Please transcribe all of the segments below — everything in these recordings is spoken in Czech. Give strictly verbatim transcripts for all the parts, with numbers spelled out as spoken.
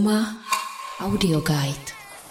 Trauma Audio Guide.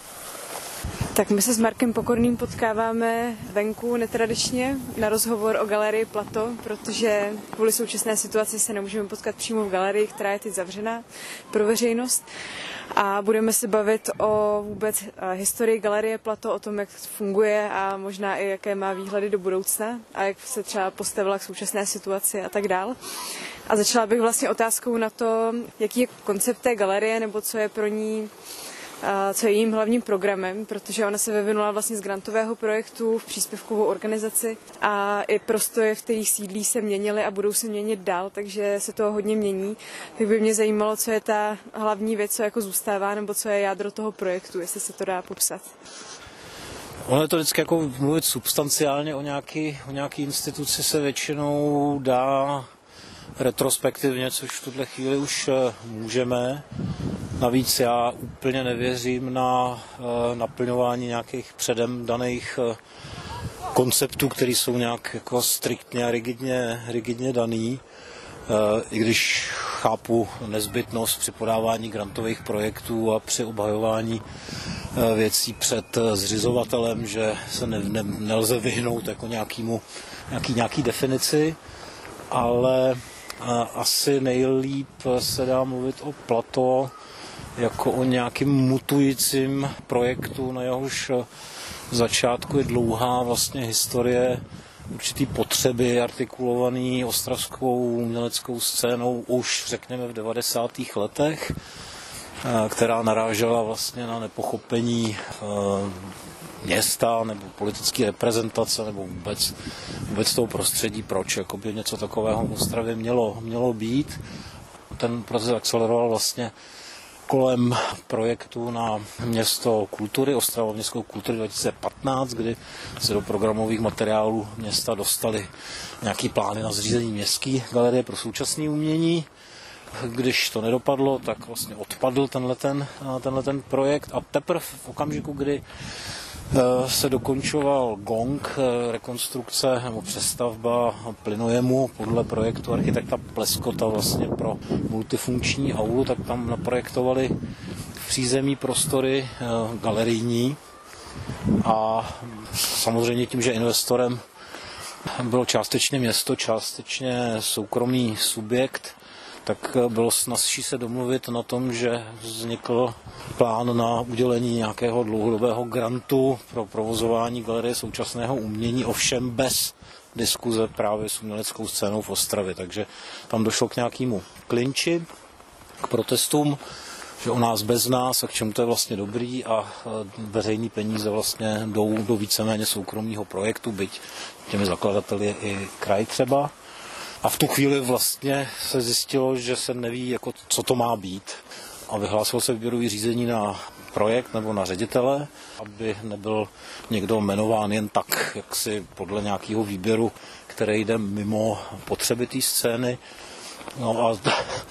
Tak my se s Markem Pokorným potkáváme venku netradičně na rozhovor o galerii Plato, protože kvůli současné situaci se nemůžeme potkat přímo v galerii, která je teď zavřená pro veřejnost. A budeme se bavit o vůbec historii galerie Plato, o tom, jak funguje a možná i jaké má výhledy do budoucna a jak se třeba postavila k současné situaci a tak dál. A začala bych vlastně otázkou na to, jaký je koncept té galerie nebo co je pro ní, co je jejím hlavním programem, protože ona se vyvinula vlastně z grantového projektu v příspěvkovou organizaci a i prostory, v kterých sídlí, se měnily a budou se měnit dál, takže se to hodně mění. Tak by mě zajímalo, co je ta hlavní věc, co jako zůstává, nebo co je jádro toho projektu, jestli se to dá popsat. Ono je to vždycky jako mluvit substanciálně o nějaký, o nějaký instituci se většinou dá retrospektivně, což v tuhle chvíli už můžeme. Navíc já úplně nevěřím na uh, naplňování nějakých předem daných uh, konceptů, které jsou nějak jako striktně a rigidně, rigidně daný. Uh, I když chápu nezbytnost při podávání grantových projektů a při obhajování uh, věcí před uh, zřizovatelem, že se ne, ne, nelze vyhnout jako nějakýmu, nějaký, nějaký definici, ale uh, asi nejlíp se dá mluvit o Plato jako o nějakým mutujícím projektu, na jehož začátku je dlouhá vlastně historie určitý potřeby artikulovaný ostravskou uměleckou scénou už řekněme v devadesátých letech, která narážela vlastně na nepochopení města nebo politické reprezentace nebo vůbec, vůbec toho prostředí, proč jakoby něco takového v Ostravě mělo, mělo být. Ten proces akceleroval vlastně kolem projektu na město kultury, Ostrava městskou kultury dva tisíce patnáct, kdy se do programových materiálů města dostali nějaký plány na zřízení městské galerie pro současné umění. Když to nedopadlo, tak vlastně odpadl tenhleten, tenhleten projekt a teprve v okamžiku, kdy se dokončoval gong, rekonstrukce nebo přestavba plynojemu podle projektu architekta Pleskota vlastně pro multifunkční aulu, tak tam naprojektovali v přízemí prostory galerijní a samozřejmě tím, že investorem bylo částečně město, částečně soukromý subjekt, tak bylo snazší se domluvit na tom, že vznikl plán na udělení nějakého dlouhodobého grantu pro provozování galerie současného umění, ovšem bez diskuze právě s uměleckou scénou v Ostravě. Takže tam došlo k nějakému klinči, k protestům, že o nás bez nás a k čemu to je vlastně dobrý a veřejný peníze vlastně jdou do víceméně soukromého projektu, byť těmi zakladateli je i kraj třeba. A v tu chvíli vlastně se zjistilo, že se neví, jako, co to má být. A vyhlásilo se výběrový řízení na projekt nebo na ředitele, aby nebyl někdo jmenován jen tak, jak si podle nějakého výběru, který jde mimo potřeby té scény. No a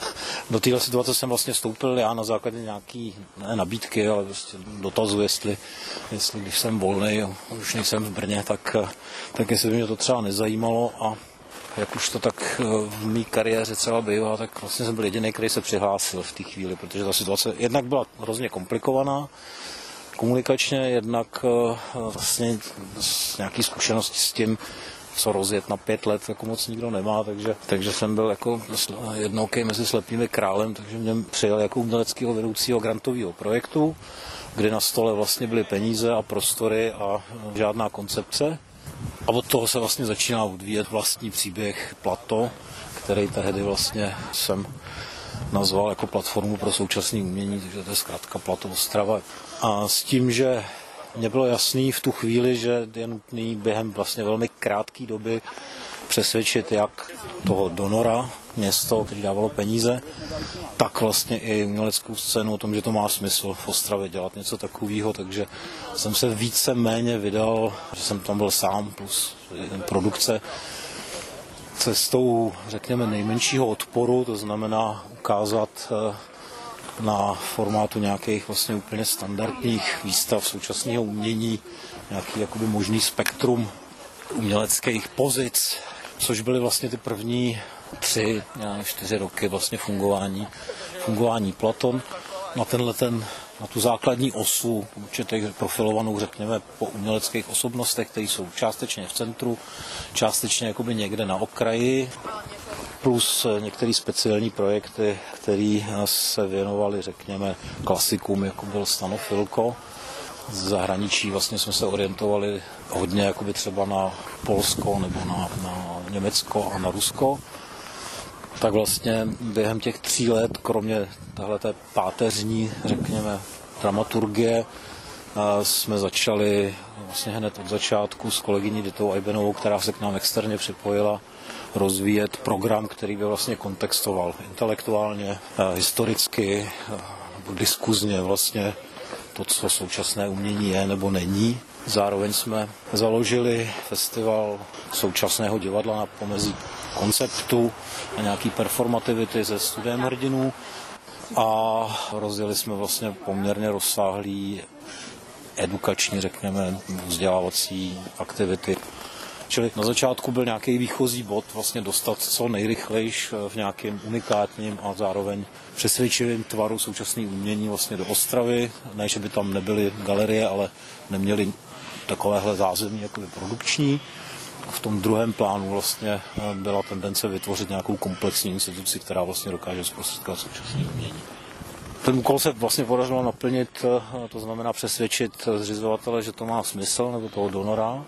do téhle situace jsem vlastně vstoupil já na základě nějaký, ne nabídky, ale prostě dotazu, jestli, jestli když jsem volnej, už nejsem v Brně, tak, tak jestli by mě to třeba nezajímalo a jak už to tak v mý kariéře třeba bývá, tak vlastně jsem byl jediný, který se přihlásil v té chvíli, protože ta situace jednak byla hrozně komplikovaná komunikačně, jednak vlastně nějaký zkušenosti s tím, co rozjet na pět let, jako moc nikdo nemá, takže, takže jsem byl jako jednoukej mezi slepými králem, takže mě přijel jako uměleckého vedoucího grantového projektu, kdy na stole vlastně byly peníze a prostory a žádná koncepce. A od toho se vlastně začíná odvíjet vlastní příběh Plato, který tehdy vlastně jsem nazval jako platformu pro současné umění, takže to je zkrátka Plato Ostrava. A s tím, že mě bylo jasný v tu chvíli, že je nutný během vlastně velmi krátké doby přesvědčit jak toho donora, město, který dávalo peníze, tak vlastně i uměleckou scénu o tom, že to má smysl v Ostravě dělat něco takového, takže jsem se více méně vydal, že jsem tam byl sám plus produkce, cestou, řekněme, nejmenšího odporu, to znamená ukázat na formátu nějakých vlastně úplně standardních výstav současného umění, nějaký jakoby možný spektrum uměleckých pozic, což byly vlastně ty první tři, čtyři roky vlastně fungování, fungování Platon. na tenhle ten, na tu základní osu, určitě profilovanou, řekněme, po uměleckých osobnostech, které jsou částečně v centru, částečně jakoby někde na okraji, plus některé speciální projekty, které se věnovaly, řekněme, klasikům, jako byl Stano Filko. Z zahraničí vlastně jsme se orientovali hodně jakoby třeba na Polsko nebo na, na Německo a na Rusko. Tak vlastně během těch tří let, kromě tahleté páteřní, řekněme, dramaturgie, jsme začali vlastně hned od začátku s kolegyní Ditou Ajbenovou, která se k nám externě připojila, rozvíjet program, který by vlastně kontextoval intelektuálně, historicky, diskuzně vlastně to, co současné umění je nebo není. Zároveň jsme založili festival současného divadla na pomezí konceptu a nějaký performativity se studiem hrdinů a rozjeli jsme vlastně poměrně rozsáhlý edukační, řekněme, vzdělávací aktivity. Čili na začátku byl nějaký výchozí bod vlastně dostat co nejrychlejš v nějakém unikátním a zároveň přesvědčivým tvaru současné umění vlastně do Ostravy. Ne, že by tam nebyly galerie, ale neměly takovéhle zázemí jakoby produkční. V tom druhém plánu vlastně byla tendence vytvořit nějakou komplexní instituci, která vlastně dokáže zprostředkovat současné umění. Ten úkol se vlastně podařilo naplnit, to znamená přesvědčit zřizovatele, že to má smysl, nebo toho donora.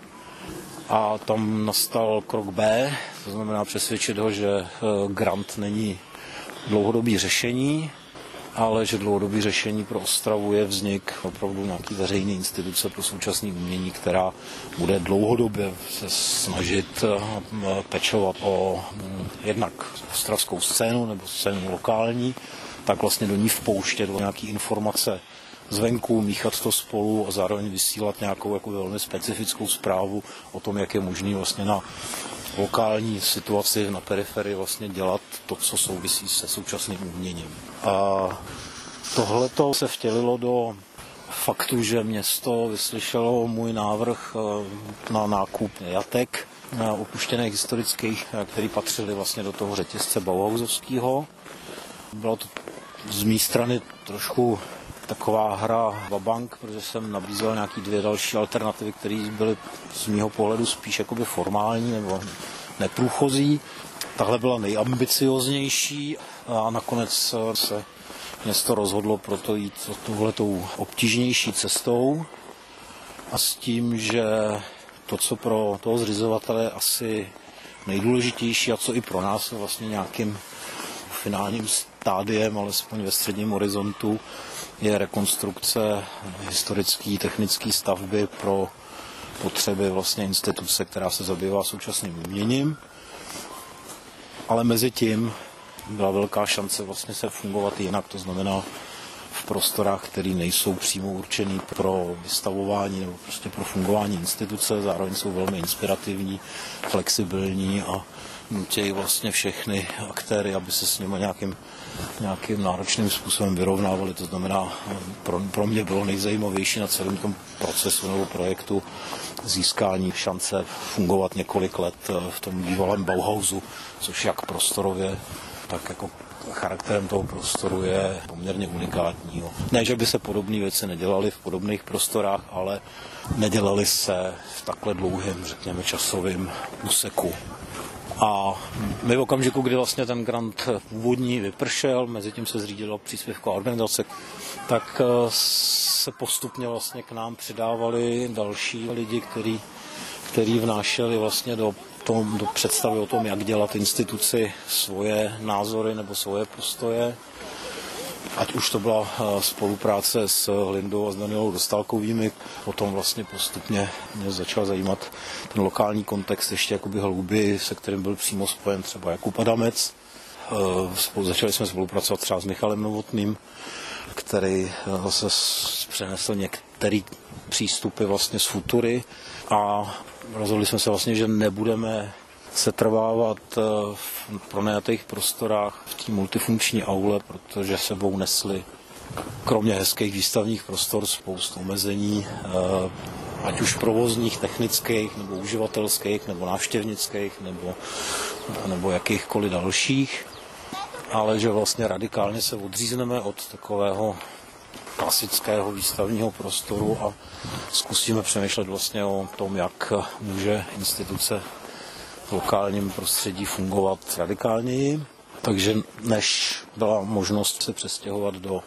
A tam nastal krok B, to znamená přesvědčit ho, že grant není dlouhodobý řešení, ale že dlouhodobý řešení pro Ostravu je vznik opravdu nějaký veřejné instituce pro současné umění, která bude dlouhodobě se snažit pečovat o jednak ostravskou scénu nebo scénu lokální, tak vlastně do ní vpouštět nějaké informace zvenku, míchat to spolu a zároveň vysílat nějakou jako velmi specifickou zprávu o tom, jak je možné vlastně na lokální situaci na periferii vlastně dělat to, co souvisí se současným uměním. A tohleto se vtělilo do faktu, že město vyslyšelo můj návrh na nákup jatek opuštěných historických, který patřily vlastně do toho řetězce bauhausovského. Bylo to z mé strany trošku taková hra vabank, protože jsem nabízel nějaký dvě další alternativy, které byly z mého pohledu spíš jakoby formální nebo neprůchozí. Tahle byla nejambicioznější a nakonec se město rozhodlo proto jít touhletou obtížnější cestou a s tím, že to, co pro toho zřizovatele je asi nejdůležitější a co i pro nás je vlastně nějakým finálním stádiem, alespoň ve středním horizontu, je rekonstrukce historické technické stavby pro potřeby vlastně instituce, která se zabývá současným uměním. Ale mezi tím byla velká šance vlastně se fungovat jinak, to znamená v prostorách, které nejsou přímo určený pro vystavování nebo prostě pro fungování instituce, zároveň jsou velmi inspirativní, flexibilní a nutějí vlastně všechny aktéry, aby se s nimi nějakým, nějakým náročným způsobem vyrovnávali. To znamená, pro, pro mě bylo nejzajímavější na celém tom procesu nebo projektu získání šance fungovat několik let v tom bývalém Bauhausu, což jak prostorově, tak jako charakterem toho prostoru je poměrně unikátní. Ne, že by se podobné věci nedělaly v podobných prostorách, ale nedělaly se v takhle dlouhém, řekněme, časovém úseku. A my v okamžiku, kdy vlastně ten grant původní vypršel, mezi tím se zřídila příspěvková organizace, tak se postupně vlastně k nám přidávali další lidi, kteří, kteří vnášeli vlastně do, tom, do představy o tom, jak dělat instituci svoje názory nebo svoje postoje. Ať už to byla spolupráce s Lindou a s Danielou Dostálkovými, potom vlastně postupně mě začal zajímat ten lokální kontext ještě jakoby hlouběji, se kterým byl přímo spojen třeba Jakub Adamec. Začali jsme spolupracovat třeba s Michalem Novotným, který zase přenesl některé přístupy vlastně z futury a rozhodli jsme se vlastně, že nebudeme se trvávat v pronajatých prostorách v té multifunkční aule, protože sebou nesli kromě hezkých výstavních prostor spoustu omezení, ať už provozních, technických, nebo uživatelských, nebo návštěvnických, nebo, nebo jakýchkoliv dalších. ale že vlastně radikálně se odřízneme od takového klasického výstavního prostoru a zkusíme přemýšlet vlastně o tom, jak může instituce v lokálním prostředí fungovat radikálněji. Takže než byla možnost se přestěhovat do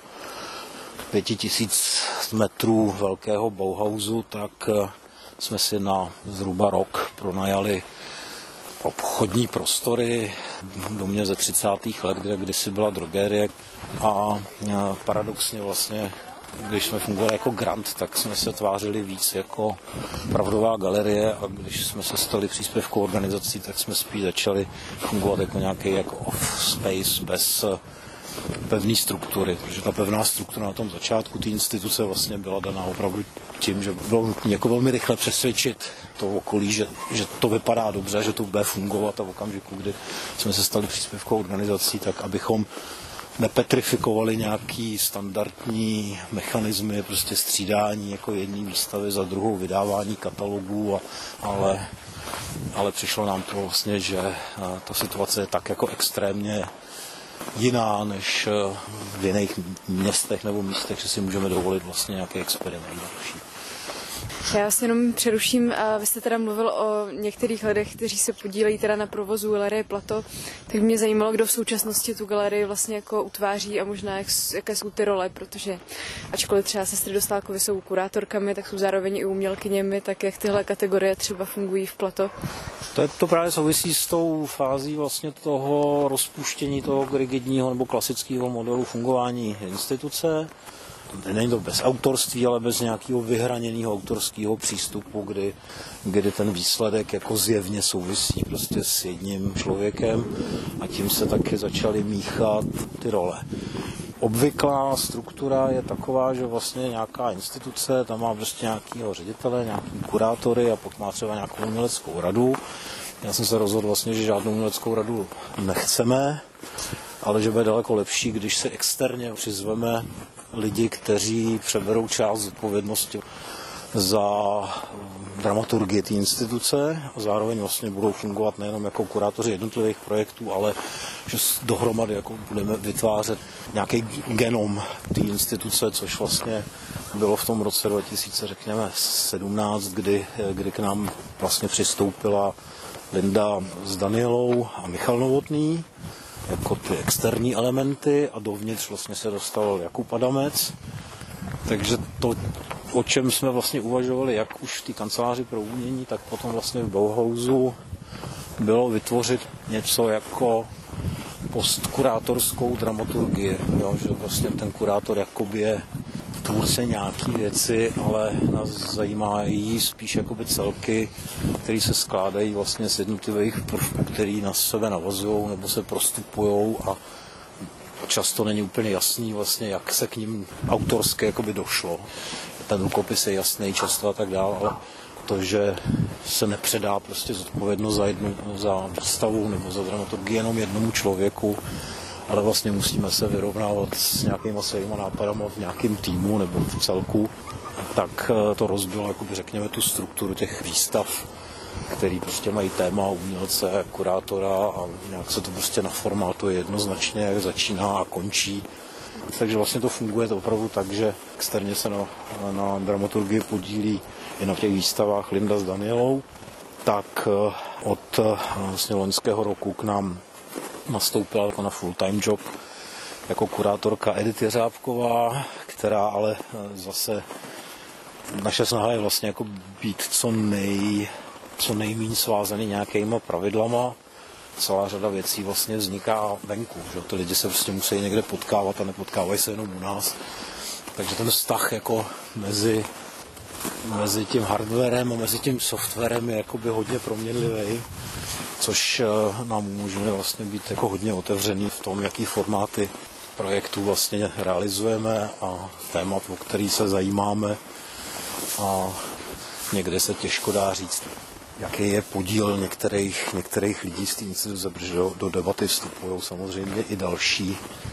pěti tisíc metrů velkého Bauhausu, tak jsme si na zhruba rok pronajali obchodní prostory v domě ze třicátých let, kde kdysi byla drogerie. A paradoxně vlastně, když jsme fungovali jako grant, tak jsme se tvářili víc jako pravdová galerie, a když jsme se stali příspěvkovou organizací, tak jsme spíš začali fungovat jako nějaký jako off-space bez pevné struktury, protože ta pevná struktura na tom začátku té instituce vlastně byla daná opravdu tím, že bylo nutné jako velmi rychle přesvědčit to okolí, že, že to vypadá dobře, že to bude fungovat, a v okamžiku, kdy jsme se stali příspěvkovou organizací, tak abychom nepetrifikovali nějaký standardní mechanismy, prostě střídání jako jedné výstavy za druhou, vydávání katalogů, a, ale, ale přišlo nám to vlastně, že ta situace je tak jako extrémně jiná než v jiných městech nebo místech, že si můžeme dovolit vlastně nějaký experiment další. Já vás jenom přeruším. Vy jste teda mluvil o některých lidech, kteří se podílejí teda na provozu galerie Plato, tak mě zajímalo, kdo v současnosti tu galerii vlastně jako utváří a možná jak, jaké jsou ty role, protože ačkoliv třeba sestry Dostálkovy jsou kurátorkami, tak jsou zároveň i umělkyněmi, tak jak tyhle kategorie třeba fungují v Plato? To, je, to právě souvisí s tou fází vlastně toho rozpuštění toho rigidního nebo klasického modelu fungování instituce. Není to bez autorství, ale bez nějakého vyhraněného autorského přístupu, kdy, kdy ten výsledek jako zjevně souvisí prostě s jedním člověkem, a tím se taky začaly míchat ty role. Obvyklá struktura je taková, že vlastně nějaká instituce, tam má prostě nějakého ředitele, nějaký kurátory a pak má třeba nějakou uměleckou radu. Já jsem se rozhodl vlastně, že žádnou uměleckou radu nechceme, ale že bude daleko lepší, když se externě přizveme lidi, kteří přeberou část zodpovědnosti za dramaturgii té instituce a zároveň vlastně budou fungovat nejenom jako kurátoři jednotlivých projektů, ale že dohromady jako budeme vytvářet nějaký genom té instituce, což vlastně bylo v tom roce dva tisíce sedmnáct, kdy, kdy k nám vlastně přistoupila Linda s Danielou a Michal Novotný jako ty externí elementy, a dovnitř vlastně se dostal Jakub Adamec. Takže to, o čem jsme vlastně uvažovali, jak už v té kanceláři pro umění, tak potom vlastně v Bauhausu, bylo vytvořit něco jako postkurátorskou dramaturgii. Jo? Že vlastně ten kurátor jakoby je tvůrce nějaký věci, ale nás zajímají spíš jakoby celky, které se skládají vlastně z jednotlivých prvků, které na sebe navazují nebo se prostupují, a často není úplně jasný vlastně, jak se k ním autorsky jakoby došlo. Ten rukopis je jasný často a tak dále, ale to, že se nepředá prostě zodpovědnost za jednu, za výstavu nebo za dramaturgii jenom jednomu člověku, ale vlastně musíme se vyrovnávat s nějakýma svýma nápadama v nějakém týmu nebo v celku, tak to rozbilo, jakoby řekněme, tu strukturu těch výstav, který prostě mají téma umělce, kurátora, a nějak se to prostě naformátuje jednoznačně, jak začíná a končí. Takže vlastně to funguje to opravdu tak, že externě se na, na dramaturgii podílí i na těch výstavách Linda s Danielou, tak od vlastně loňského roku k nám nastoupila jako na full-time job jako kurátorka Edith Jeřábková, která ale zase naše snaha je vlastně jako být co nej, co nejméně svázaný nějakýma pravidlama. Celá řada věcí vlastně vzniká venku, že ty lidi se prostě musí někde potkávat a nepotkávají se jenom u nás. Takže ten vztah jako mezi, mezi tím hardwarem a mezi tím softwarem je jakoby hodně proměnlivý, což nám umožňuje vlastně být jako hodně otevřený v tom, jaký formáty projektů vlastně realizujeme a témat, o který se zajímáme, a někde se těžko dá říct, jaký je podíl některých, některých lidí z té instituce, protože do, do debaty vstupují samozřejmě i další,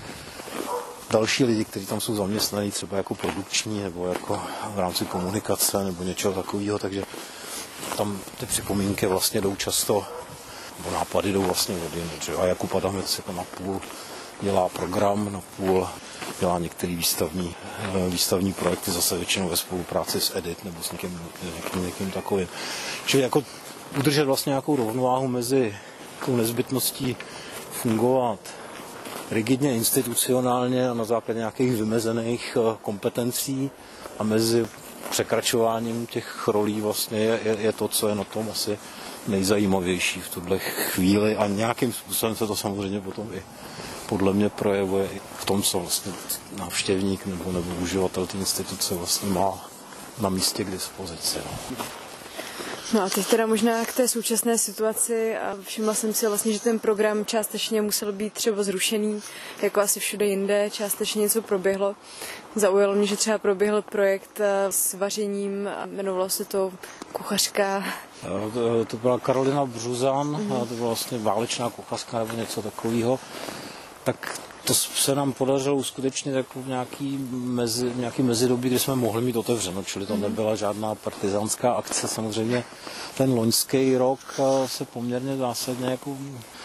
další lidi, kteří tam jsou zaměstnaní třeba jako produkční nebo jako v rámci komunikace nebo něčeho takového, takže tam ty připomínky vlastně jdou často, nebo nápady jdou vlastně od jiných. A Jakub Adamec jako napůl dělá program, na půl dělá některé výstavní, výstavní projekty, zase většinou ve spolupráci s Edit nebo s někým, někým, někým takovým. Čili jako udržet vlastně nějakou rovnováhu mezi tou nezbytností fungovat rigidně, institucionálně a na základě nějakých vymezených kompetencí a mezi překračováním těch rolí vlastně je, je, je to, co je na tom asi nejzajímavější v tuhle chvíli a nějakým způsobem se to samozřejmě potom i podle mě projevuje i v tom, co vlastně návštěvník nebo, nebo uživatel té instituce vlastně má na místě k dispozici. No. No a teď teda možná k té současné situaci a všimla jsem si vlastně, že ten program částečně musel být třeba zrušený, jako asi všude jinde, částečně něco proběhlo. Zaujalo mě, že třeba proběhl projekt s vařením a jmenovalo se to Kuchařka. To, to byla Karolina Břuzan, mm-hmm. to byla vlastně válečná kuchařka nebo něco takového. Tak to se nám podařilo uskutečnit jako v nějaký, mezi, nějaký mezidobí, kdy jsme mohli mít otevřeno, čili to nebyla žádná partizánská akce. Samozřejmě ten loňský rok se poměrně zásadně jako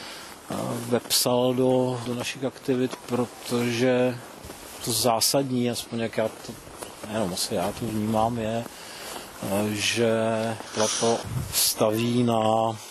vepsal do, do našich aktivit, protože to zásadní, aspoň jak já to, nejenom asi já to vnímám, je, že Plato staví na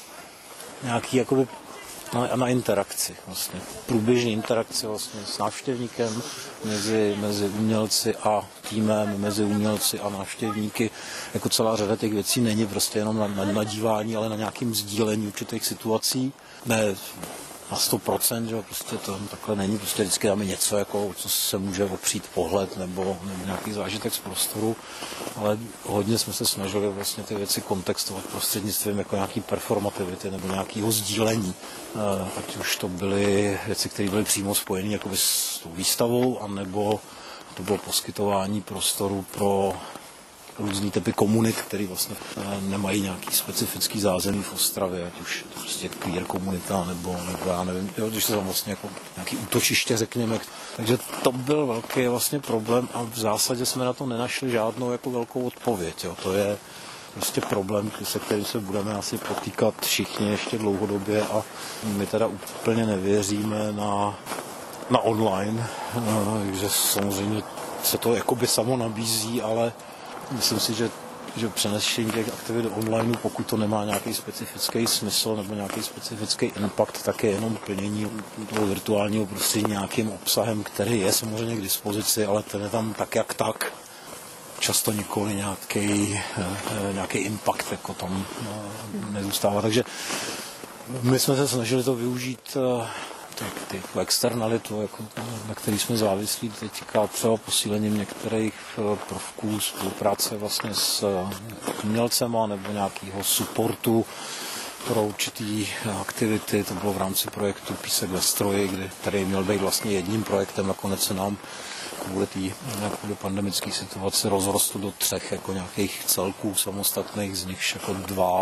nějaký jakoby Na, na interakci, vlastně. Průběžní interakci vlastně s návštěvníkem mezi, mezi umělci a týmem, mezi umělci a návštěvníky. Jako celá řada těch věcí není prostě jenom na, na, na dívání, ale na nějakým sdílení určitých situací. Ne na sto procent, že prostě to takhle není. Prostě vždycky dáme něco, jako, co se může opřít pohled nebo, nebo nějaký zážitek z prostoru. Ale hodně jsme se snažili vlastně ty věci kontextovat prostřednictvím jako nějaký performativity nebo nějakého sdílení. Ať už to byly věci, které byly přímo spojené jakoby s tou výstavou, anebo to bylo poskytování prostoru pro různý typy komunit, které vlastně nemají nějaký specifický zázemí v Ostravě, ať už to prostě queer komunita, nebo, nebo já nevím, jo, když to tam vlastně jako nějaký útočiště, řekněme. Takže to byl velký vlastně problém a v zásadě jsme na to nenašli žádnou jako velkou odpověď. Jo. To je prostě problém, se kterým se budeme asi potýkat všichni ještě dlouhodobě a my teda úplně nevěříme na, na online, takže samozřejmě se to jakoby samo nabízí, ale myslím si, že, že přenesení těch aktivit do online, pokud to nemá nějaký specifický smysl nebo nějaký specifický impact, tak je jenom plnění toho virtuálního prostředí nějakým obsahem, který je samozřejmě k dispozici, ale ten je tam tak jak tak. Často nikoli nějaký, nějaký impact jako tam nezůstává. Takže my jsme se snažili to využít ty externalitu, jako, na který jsme závislí teďka třeba posílením některých prvků spolupráce vlastně s umělcema nebo nějakého supportu pro určitý aktivity. To bylo v rámci projektu Písek ve stroji, kdy tady měl být vlastně jedním projektem, nakonec se nám kvůli té kvůli pandemické situaci rozrostl do třech jako nějakých celků samostatných, z nichž jako dva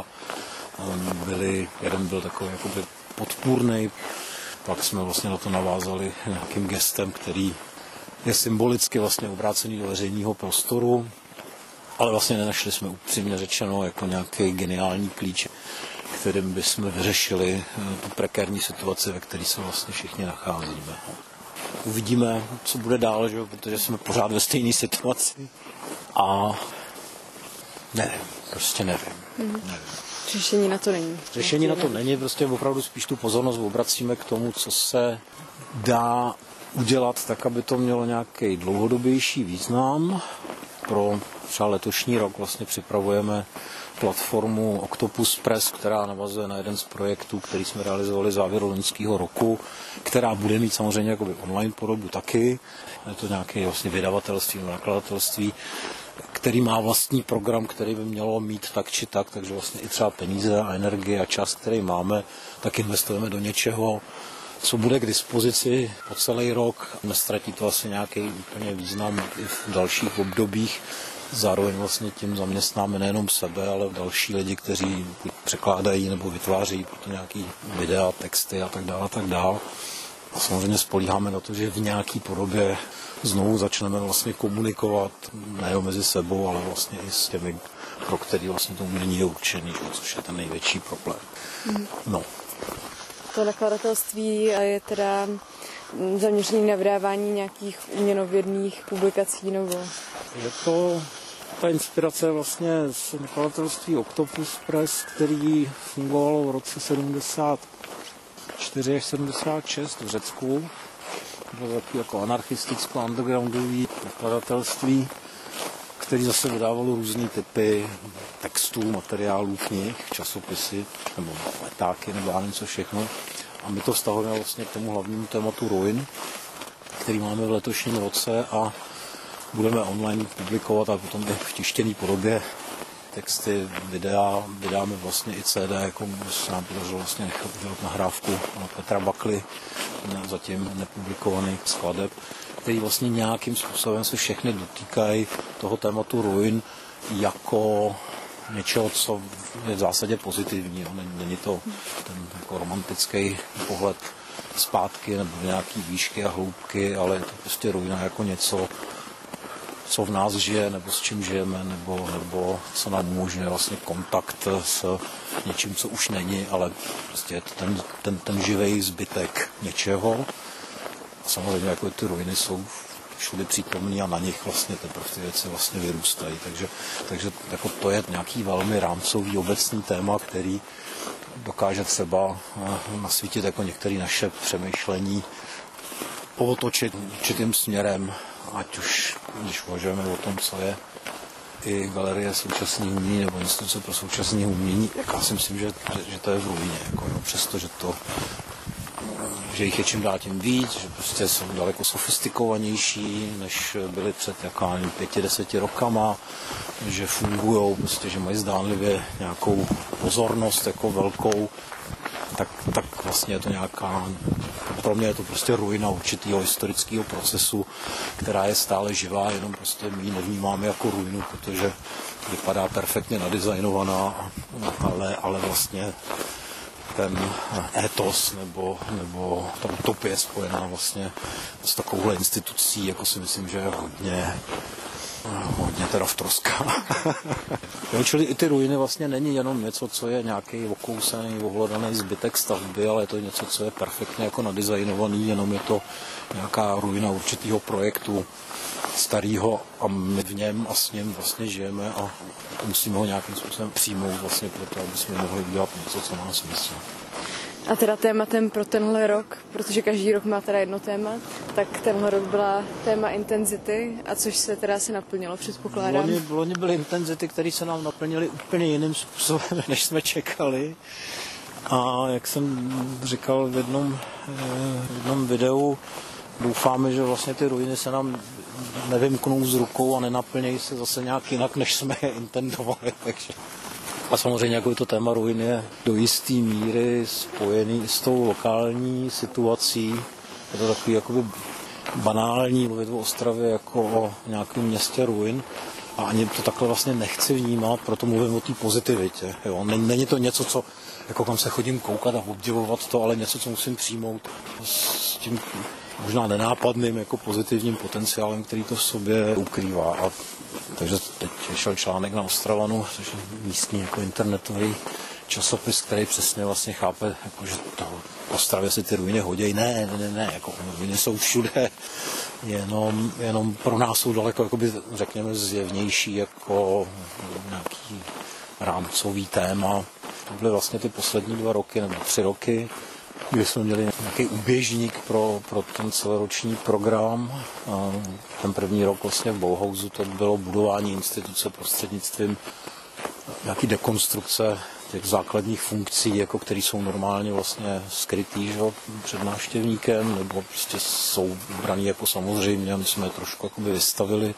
byli, jeden byl takový jakoby podpůrný. Pak jsme vlastně na to navázali nějakým gestem, který je symbolicky vlastně obrácený do veřejného prostoru, ale vlastně nenašli jsme upřímně řečeno jako nějaký geniální klíč, kterým bychom vyřešili tu prekérní situaci, ve které se vlastně všichni nacházíme. Uvidíme, co bude dál, že? Protože jsme pořád ve stejné situaci a nevím, prostě nevím. Mm-hmm. nevím. Řešení na to není. Řešení na to není, prostě opravdu spíš tu pozornost obracíme k tomu, co se dá udělat tak, aby to mělo nějaký dlouhodobější význam. Pro třeba letošní rok vlastně připravujeme platformu Octopus Press, která navazuje na jeden z projektů, který jsme realizovali závěru loňského roku, která bude mít samozřejmě jakoby online podobu taky. Je to nějaké vlastně vydavatelství nebo nakladatelství, který má vlastní program, který by mělo mít tak či tak, takže vlastně i třeba peníze a energie a čas, který máme, tak investujeme do něčeho, co bude k dispozici po celý rok. Nestratí to asi nějaký úplně význam i v dalších obdobích. Zároveň vlastně tím zaměstnáme nejenom sebe, ale další lidi, kteří překládají nebo vytváří proto nějaký videa, texty a tak dále a tak dále. A samozřejmě spolíháme na to, že v nějaký podobě znovu začneme vlastně komunikovat nejen mezi sebou, ale vlastně i s těmi, pro který vlastně to umění je určený, což je ten největší problém. Mm. No. To nakladatelství je teda zaměřený na vydávání nějakých uměnovědných publikací nebo... Je to ta inspirace vlastně z nakladatelství Octopus Press, který fungoval v roce sedmdesát čtyři až sedmdesát šest v Řecku. Bylo takový jako anarchisticko undergroundový nakladatelství, který zase vydávalo různé typy textů, materiálů, knih, časopisy, nebo letáky, nebo já nevím co všechno. A my to vztahujeme vlastně k tomu hlavnímu tématu ruin, který máme v letošním roce a budeme online publikovat a potom i v tištěné podobě texty, videa, vydáme vlastně i C D, jako se nám podařilo vlastně nechat udělat nahrávku Petra Bakly, zatím nepublikovaných skladeb, který vlastně nějakým způsobem se všechny dotýkají toho tématu ruin jako něčeho, co je v zásadě pozitivní. Není to ten jako romantický pohled zpátky nebo nějaký výšky a hloubky, ale je to prostě ruina jako něco, co v nás žije, nebo s čím žijeme, nebo, nebo co nám umožňuje vlastně kontakt s něčím, co už není, ale prostě je to ten, ten, ten živej zbytek něčeho. A samozřejmě jako ty ruiny jsou všude přítomný a na nich vlastně teprve ty věci vlastně vyrůstají. Takže, takže jako to je nějaký velmi rámcový obecný téma, který dokáže třeba nasvítit jako některé naše přemýšlení, pootočit určitým směrem, ať už, když uvažujeme o tom, co je i galerie současného umění nebo instituce pro současné umění, tak já si myslím, že, že, že to je v ruině. Jako, no, přesto, že to že jich je čím dál tím víc, že prostě jsou daleko sofistikovanější, než byly před jaká, nevím, pěti, deseti rokama, že fungují, prostě, že mají zdánlivě nějakou pozornost jako velkou, tak, tak vlastně je to nějaká, pro mě je to prostě ruina určitého historického procesu, která je stále živá, jenom prostě my ji nevnímáme jako ruinu, protože vypadá perfektně nadizajnovaná, ale, ale vlastně ten étos nebo, nebo ta utopie spojená vlastně s takovouhle institucí, jako si myslím, že je hodně, hodně teda vtroská. Jo, čili i ty ruiny vlastně není jenom něco, co je nějaký okousený, ohlodaný zbytek stavby, ale je to něco, co je perfektně jako nadizajnovaný, jenom je to nějaká ruina určitého projektu starého a my v něm a s ním vlastně žijeme a musíme ho nějakým způsobem přijmout vlastně proto, aby jsme mohli udělat něco, co má smysl. A teda tématem pro tenhle rok, protože každý rok má teda jedno téma, tak tenhle rok byla téma intenzity, a což se teda se naplnilo, předpokládám. Loni, loni byly intenzity, které se nám naplnily úplně jiným způsobem, než jsme čekali. A jak jsem říkal v jednom, v jednom videu, doufáme, že vlastně ty ruiny se nám nevymknou z rukou a nenaplnějí se zase nějak jinak, než jsme je intendovali. Takže. A samozřejmě jako to téma ruin je do jisté míry spojený s tou lokální situací. Je to takový jakoby banální mluvit o Ostravě jako o nějakém městě ruin. A ani to takhle vlastně nechci vnímat, proto mluvím o té pozitivitě. Jo. Není to něco, co, jako kam se chodím koukat a obdivovat to, ale něco, co musím přijmout s tím možná nenápadným jako pozitivním potenciálem, který to v sobě ukrývá. A takže teď vyšel článek na Ostravanu, což je místní jako internetový časopis, který přesně vlastně chápe, jako, že to v Ostravě si ty ruiny hodějí. Ne, ne, ne, ne, jako ruiny jsou všude, jenom, jenom pro nás jsou daleko, jakoby, řekněme, zjevnější jako nějaký rámcový téma. To byly vlastně ty poslední dva roky nebo tři roky, kdy jsme měli nějaký úběžník pro, pro ten celoroční program. A ten první rok vlastně v Bauhausu to bylo budování instituce prostřednictvím nějaký dekonstrukce těch základních funkcí, jako které jsou normálně vlastně skrytý, že, před návštěvníkem, nebo prostě jsou braný jako samozřejmě, a my jsme je trošku jakoby vystavili.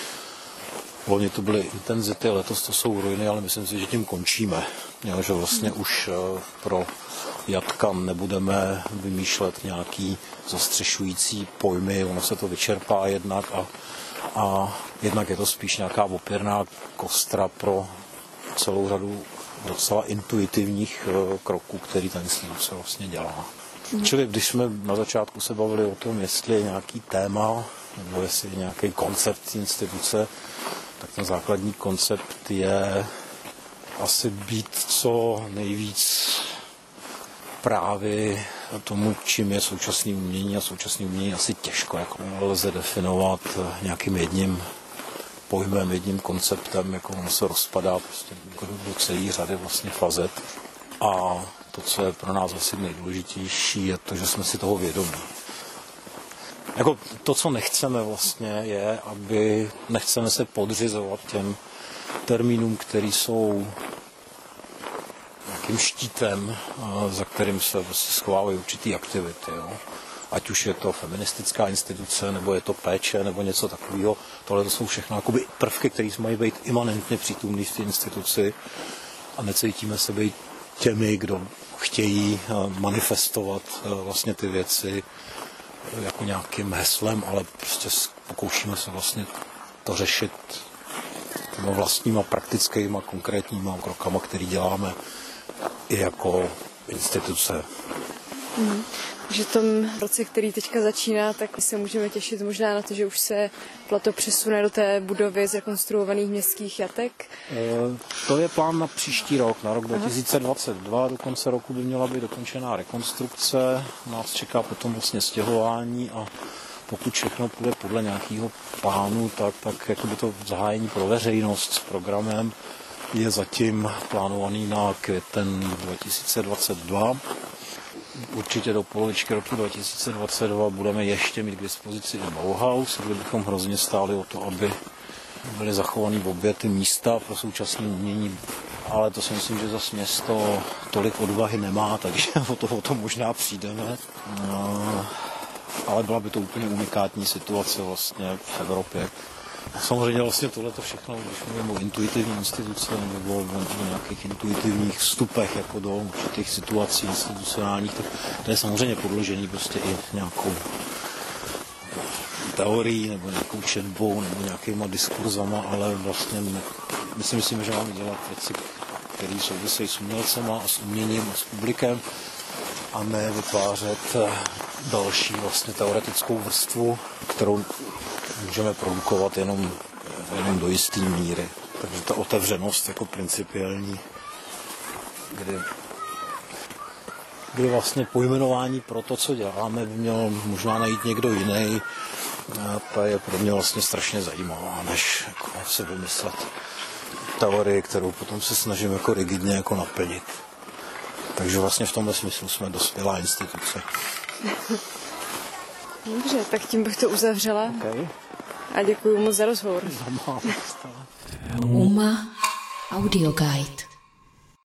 Loni to byly intenzity, letos to jsou ruiny, ale myslím si, že tím končíme. Jo, že vlastně už pro jatka nebudeme vymýšlet nějaký zastřešující pojmy, ono se to vyčerpá jednak a, a jednak je to spíš nějaká opěrná kostra pro celou řadu docela intuitivních kroků, který ta instituce vlastně dělá. Mm. Čili když jsme na začátku se bavili o tom, jestli je nějaký téma nebo jestli je nějaký koncept instituce, tak ten základní koncept je asi být co nejvíc právě tomu, čím je současné umění, a současné umění asi těžko jako lze definovat nějakým jedním pojmem, jedním konceptem, jako on se rozpadá prostě do celé řady vlastně fazet. A to, co je pro nás asi nejdůležitější, je to, že jsme si toho vědomí. Jako to, co nechceme vlastně, je, aby nechceme se podřizovat těm termínům, které jsou nějakým štítem, za kterým se vlastně schovávají určitý aktivity. Jo. Ať už je to feministická instituce, nebo je to péče, nebo něco takového. Tohle to jsou všechno jakoby prvky, které mají být imanentně přítomný v té instituci a necítíme se být těmi, kdo chtějí manifestovat vlastně ty věci jako nějakým heslem, ale prostě pokoušíme se vlastně to řešit těma vlastníma praktickýma, konkrétníma krokama, který děláme i jako instituce. Mm. Že v tom roce, který teďka začíná, tak se můžeme těšit možná na to, že už se plato přesune do té budovy zrekonstruovaných městských jatek. E, to je plán na příští rok, na rok dva tisíce dvacet dva. Do konce roku by měla být dokončená rekonstrukce. Nás čeká potom vlastně stěhování a pokud všechno půjde podle nějakého plánu, tak, tak jakoby to zahájení pro veřejnost s programem je zatím plánovaný na květen dva tisíce dvacet dva. Určitě do polovičky roku dva tisíce dvacet dva budeme ještě mít k dispozici i Bauhaus, kde bychom hrozně stáli o to, aby byly zachovaný obě ty místa pro současné umění. Ale to si myslím, že zase město tolik odvahy nemá, takže o to, o to možná přijdeme. No, ale byla by to úplně unikátní situace vlastně v Evropě. Samozřejmě vlastně tohleto všechno, když mluvím o intuitivní instituce nebo o nějakých intuitivních vstupech jako do určitých situací institucionálních, tak to je samozřejmě podložený prostě i nějakou teorií nebo nějakou četbou nebo nějakýma diskurzama, ale vlastně my si myslíme, že máme dělat věci, které souvisejí s umělcema a s uměním a s publikem a ne vytvářet další vlastně teoretickou vrstvu, kterou můžeme produkovat jenom, jenom do jisté míry. Takže ta otevřenost jako principiální, kdy, kdy vlastně pojmenování pro to, co děláme, by měl možná najít někdo jiný. A ta je pro mě vlastně strašně zajímavá, než jako si vymyslet teorii, kterou potom se snažím jako rigidně jako naplnit. Takže vlastně v tomhle smyslu jsme dospělá instituce. Dobře, tak tím bych to uzavřela. Okay. A děkuji moc za rozhovor. Uma Audio Guide.